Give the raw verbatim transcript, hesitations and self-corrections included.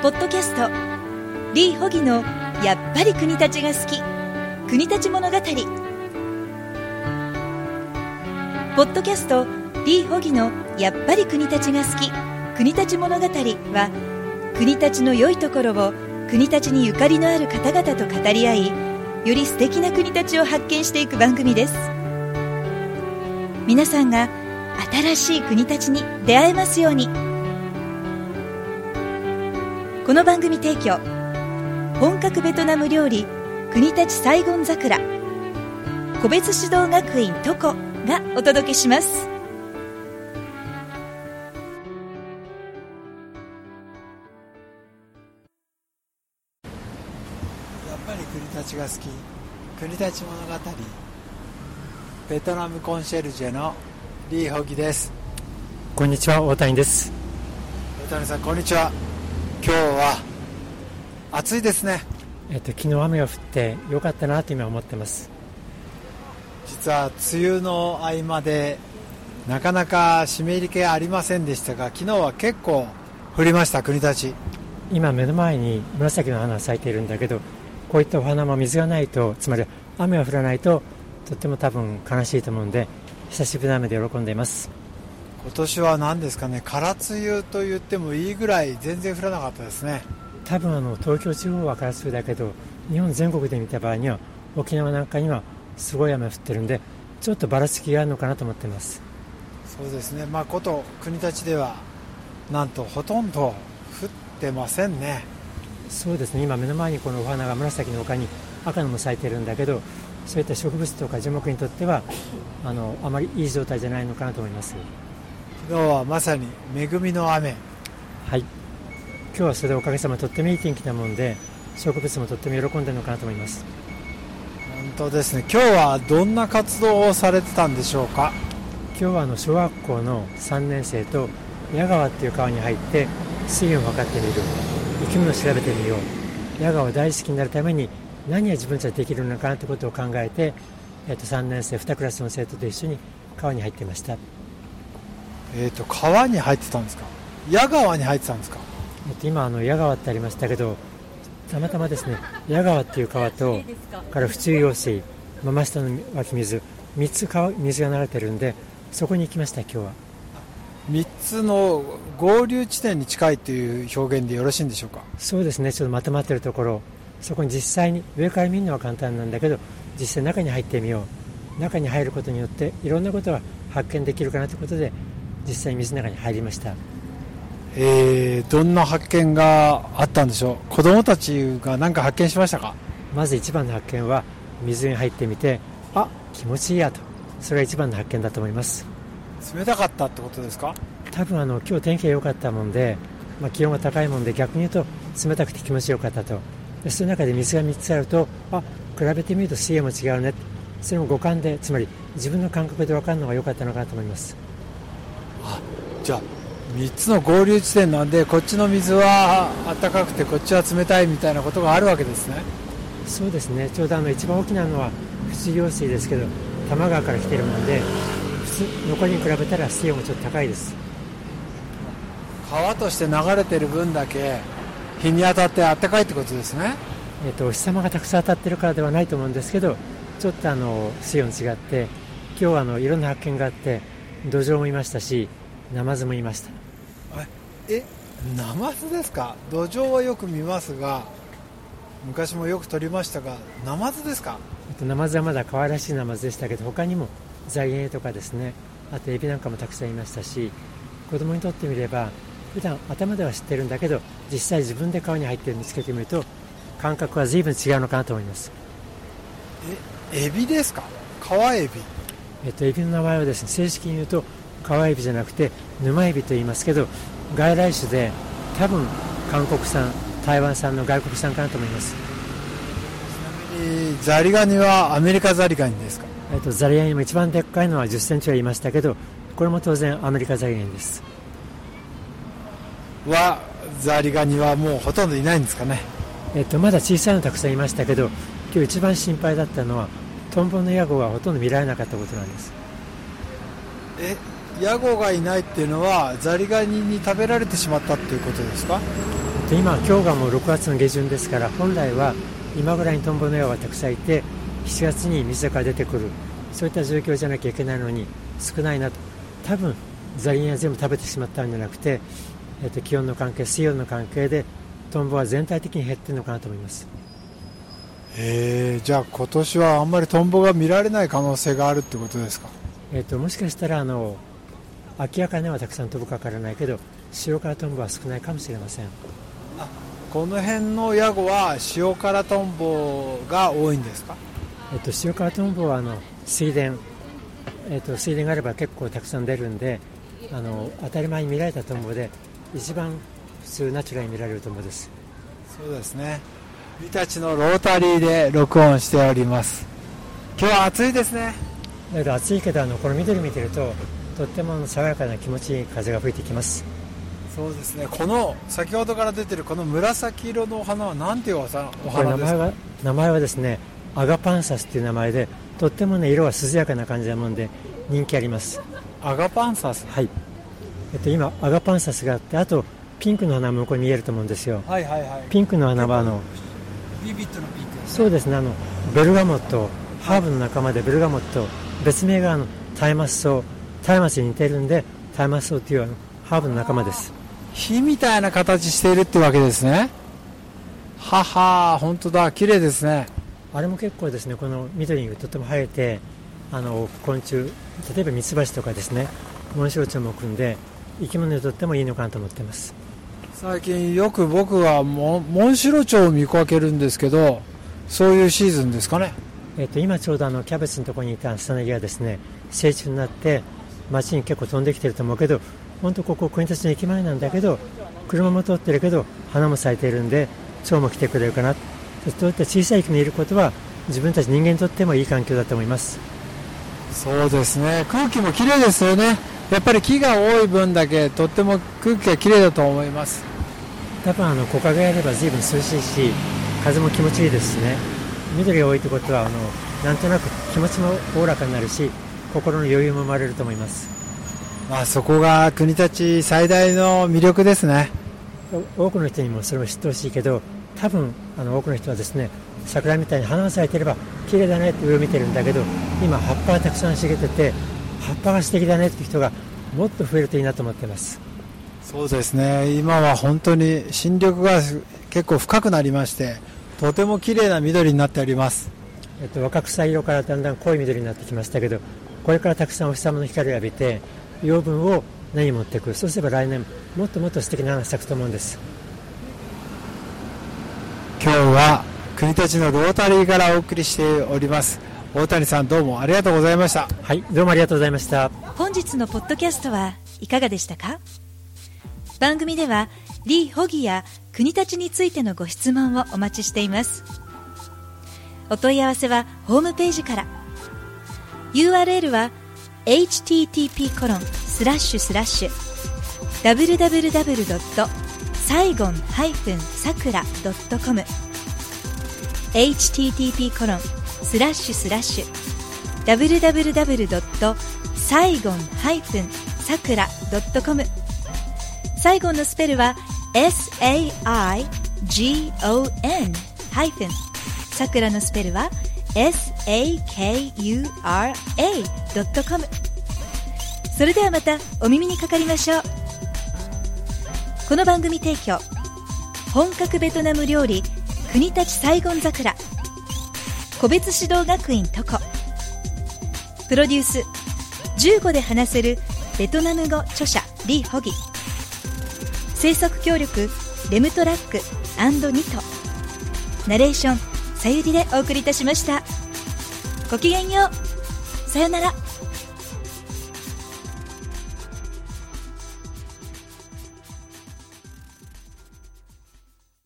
ポッドキャストリー・ホギのやっぱり国立が好き国立物語。ポッドキャストリー・ホギのやっぱり国立が好き国立物語は、国立の良いところを国立にゆかりのある方々と語り合い、より素敵な国立を発見していく番組です。皆さんが新しい国立に出会えますように。この番組提供、本格ベトナム料理国立サイゴン桜、個別指導学院トコがお届けします。 やっぱり国立が好き国立物語、ベトナムコンシェルジェのリー・ホギです。 こんにちは、大谷です。 大谷さん、こんにちは。今日は暑いですね。 えっと、昨日雨が降ってよかったなと今思ってます。 実は梅雨の合間でなかなか湿り気ありませんでしたが、昨日は結構降りました。国立、 今目の前に紫の花が咲いているんだけど、こういったお花も水がないと、つまり雨が降らないととっても多分悲しいと思うんで、久しぶりの雨で喜んでいます。 今年は何ですかね、空梅雨と言ってもいいぐらい全然降らなかったですね。 多分あの東京地方は空梅雨だけど、日本全国で見た場合には沖縄なんかにはすごい雨が降ってるんで、ちょっとばらつきがあるのかなと思っています。 そうですね、まあ、こと国立ではなんとほとんど降ってませんね。 そうですね、今目の前にこのお花が紫の他に赤のも咲いてるんだけど、そういった植物とか樹木にとってはあのあまりいい状態じゃないのかなと思います。 昨日はまさに恵みの雨。 はい、今日はそれでおかげさまとってもいい天気なもんで、植物もとっても喜んでるのかなと思います。 本当ですね。今日はどんな活動をされてたんでしょうか。 今日はあの小学校のさんねん生と矢川っていう川に入って水温を測ってみる、生き物を調べてみよう、矢川大好きになるために何が自分たちでできるのかなということを考えて、えっとさんねん生にクラスの生徒と一緒に川に入っていました。 えーと、川に入ってたんですか。矢川に入ってたんですか。 えっと、今あの矢川ってありましたけど、たまたまですね、矢川っていう川とから府中用水、真間下の湧き水、みっつ川水が流れてるんで、そこに行きました。今日はみっつの合流地点に近いという表現でよろしいんでしょうか。 そうですね、ちょっとまとまってるところ、そこに実際に上から見るのは簡単なんだけど、実際中に入ってみよう、中に入ることによっていろんなことが発見できるかなということで、実際に水の中に入りました。 えー、どんな発見があったんでしょう。子どもたちが何か発見しましたか。 まず一番の発見は、水に入ってみて、あ、気持ちいいやと、それが一番の発見だと思います。 冷たかったってことですか。 多分あの今日天気が良かったもんで、まあ、気温が高いもんで、逆に言うと冷たくて気持ちよかったと。でその中で水がみっつあると、あ、比べてみると水温も違うね、それも五感で、つまり自分の感覚で分かるのが良かったのかなと思います。 あ、じゃあみっつの合流地点なんで、こっちの水は暖かくてこっちは冷たいみたいなことがあるわけですね。 そうですね、ちょうどあの一番大きなのは府中用水ですけど、多摩川から来てるもんで、普通残りに比べたら水温もちょっと高いです。 川として流れてる分だけ日に当たって暖かいってことですね。 えっと、お日様がたくさん当たってるからではないと思うんですけど、ちょっとあの水温違って、今日はあのいろんな発見があって、土壌もいましたし、ナマズもいました。 え、ナマズですか。土壌はよく見ますが、昔もよく取りましたが、ナマズですか。 えっと、ナマズはまだ可愛らしいナマズでしたけど、他にもザイエンとかですね、あとエビなんかもたくさんいましたし、子供にとってみれば普段頭では知ってるんだけど、実際自分で川に入って見つけてみると感覚は随分違うのかなと思います。 え、エビですか。川エビ。 えっと、エビの名前はですね、正式に言うと川エビじゃなくて沼エビと言いますけど、外来種で多分韓国産、台湾産の外国産かなと思います。 ちなみにザリガニはアメリカザリガニですか。 えっと、ザリガニも一番でっかいのはじゅっセンチはいましたけど、これも当然アメリカザリガニです。 はザリガニはもうほとんどいないんですかね。 えっと、まだ小さいのたくさんいましたけど、今日一番心配だったのはトンボのヤゴがほとんど見られなかったことなんです。 え、ヤゴがいないっていうのはザリガニに食べられてしまったっていうことですか。 と今今日がもうろくがつの下旬ですから、本来は今ぐらいにトンボのヤゴがたくさんいてしちがつに水が出てくる、そういった状況じゃなきゃいけないのに少ないなと。多分ザリガニは全部食べてしまったんじゃなくて、えー、と気温の関係、水温の関係でトンボは全体的に減っているのかなと思います。 えー、じゃあ今年はあんまりトンボが見られない可能性があるってことですか？ えー、ともしかしたらあのアキアカネはたくさん飛ぶかわからないけど、塩辛トンボは少ないかもしれません。 あ、この辺のヤゴは塩辛トンボが多いんですか？ えー、と塩辛トンボはあの水田、えー、と水田があれば結構たくさん出るんで、あの当たり前に見られたトンボで一番普通ナチュラルに見られるトンボです。 そうですね。国立のロータリーで録音しております。今日は暑いですね。 だけど暑いけど、あのこの緑見てるととっても爽やかな気持ちいい風が吹いてきます。 そうですね。この先ほどから出てるこの紫色のお花は何ていうお花ですか？ これ名前は名前はですね、アガパンサスという名前で、とってもね色は涼やかな感じなもんで人気あります。 アガパンサス、 はい。えっと今アガパンサスがあって、あとピンクの花も向こうに見えると思うんですよ。 はいはいはい。 ピンクの花はあのビビッドのピンクですね。 そうですね、あのベルガモット、ハーブの仲間でベルガモット、別名があのタイマスソウ、タイマスに似てるんでタイマスソウというあのハーブの仲間です。 火みたいな形しているってわけですね。はは、本当だ、綺麗ですね。 あれも結構ですね、この緑がとても生えて、あの昆虫、例えばミツバチとかですね、モンシロチョウも組んで生き物にとってもいいのかなと思っています。 最近よく僕はモンシロチョウを見かけるんですけど、そういうシーズンですかね。 えっと、今ちょうどあのキャベツのところにいたサナギがですね、成虫になって街に結構飛んできてると思うけど、本当ここ国立の駅前なんだけど、車も通ってるけど花も咲いているんで蝶も来てくれるかな。そういった小さい生き物にいることは自分たち人間にとってもいい環境だと思います。 そうですね。空気もきれいですよね。やっぱり木が多い分だけとっても空気がきれいだと思います。 多分あの木陰があれば随分涼しいし、風も気持ちいいですしね。緑が多いということはあのなんとなく気持ちもおおらかになるし、心の余裕も生まれると思います。 まあ、そこが国立最大の魅力ですね。 多くの人にもそれを知ってほしいけど、多分あの多くの人はですね、桜みたいに花が咲いてれば綺麗だねって上を見てるんだけど、今葉っぱがたくさん茂ってて葉っぱが素敵だねって人がもっと増えるといいなと思っています。 そうですね。今は本当に新緑が結構深くなりまして、とても綺麗な緑になっております。 えっと、若草色からだんだん濃い緑になってきましたけど、これからたくさんお日様の光を浴びて養分を根に持っていく。そうすれば来年もっともっと素敵な花が咲くと思うんです。 今日は国立のロータリーからお送りしております。大谷さん、どうもありがとうございました。 はい、どうもありがとうございました。 本日のポッドキャストはいかがでしたか？番組ではリー・ホギや国立についてのご質問をお待ちしています。お問い合わせはホームページから。 ユーアールエル は エイチティーティーピーコロンスラッシュスラッシュダブリューダブリューダブリュードットサイゴンサクラドットコム エイチティーティーピーコロンスラッシュスラッシュダブリューダブリューダブリュードットサイゴンサクラドットコム。サイゴンのスペルは エスエーアイジーオーエヌ ハイフン、サクラのスペルは エスエーケーユーアールエー ドットコム。それではまたお耳にかかりましょう。この番組提供、本格ベトナム料理国立サイゴン桜、個別指導学院トコ、プロデュースじゅうごで話せるベトナム語著者リー・ホギ、制作協力レムトラック&ニト、ナレーションさゆりでお送りいたしました。ごきげんよう。さよなら。